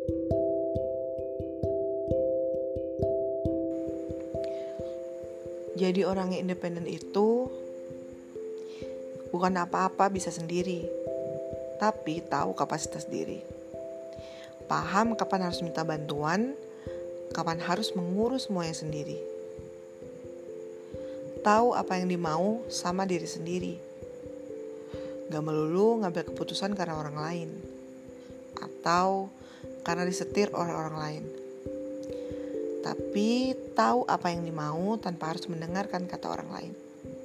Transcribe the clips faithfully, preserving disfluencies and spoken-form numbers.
Jadi orang yang independen itu bukan apa-apa bisa sendiri, tapi tahu kapasitas diri. Paham kapan harus minta bantuan, kapan harus mengurus semuanya sendiri. Tahu apa yang dimau sama diri sendiri. Gak melulu ngambil keputusan karena orang lain, atau karena disetir oleh orang lain. Tapi tahu apa yang dimau tanpa harus mendengarkan kata orang lain.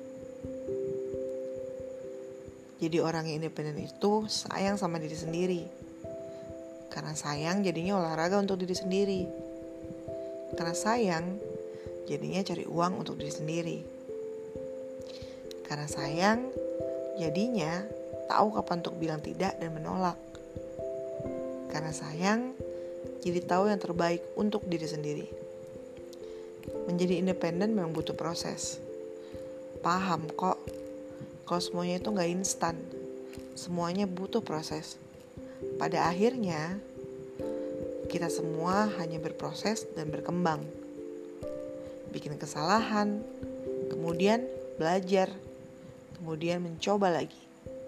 Jadi orang yang independen itu sayang sama diri sendiri. Karena sayang jadinya olahraga untuk diri sendiri. Karena sayang jadinya cari uang untuk diri sendiri. Karena sayang jadinya tahu kapan untuk bilang tidak dan menolak. Karena sayang jadi tahu yang terbaik untuk diri sendiri. Menjadi independen memang butuh proses. Paham kok, kalau semuanya itu gak instan. Semuanya butuh proses. Pada akhirnya, kita semua hanya berproses dan berkembang. Bikin kesalahan, kemudian belajar, kemudian mencoba lagi.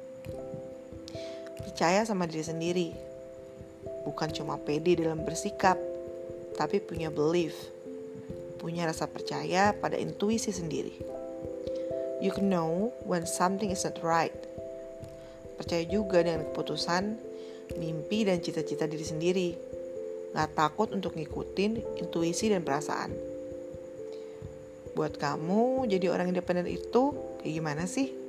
Percaya sama diri sendiri. Bukan cuma pede dalam bersikap, tapi punya belief. Punya rasa percaya pada intuisi sendiri. You can know when something is not right. Percaya juga dengan keputusan, mimpi dan cita-cita diri sendiri. Gak takut untuk ngikutin intuisi dan perasaan. Buat kamu, jadi orang independen itu kayak gimana sih?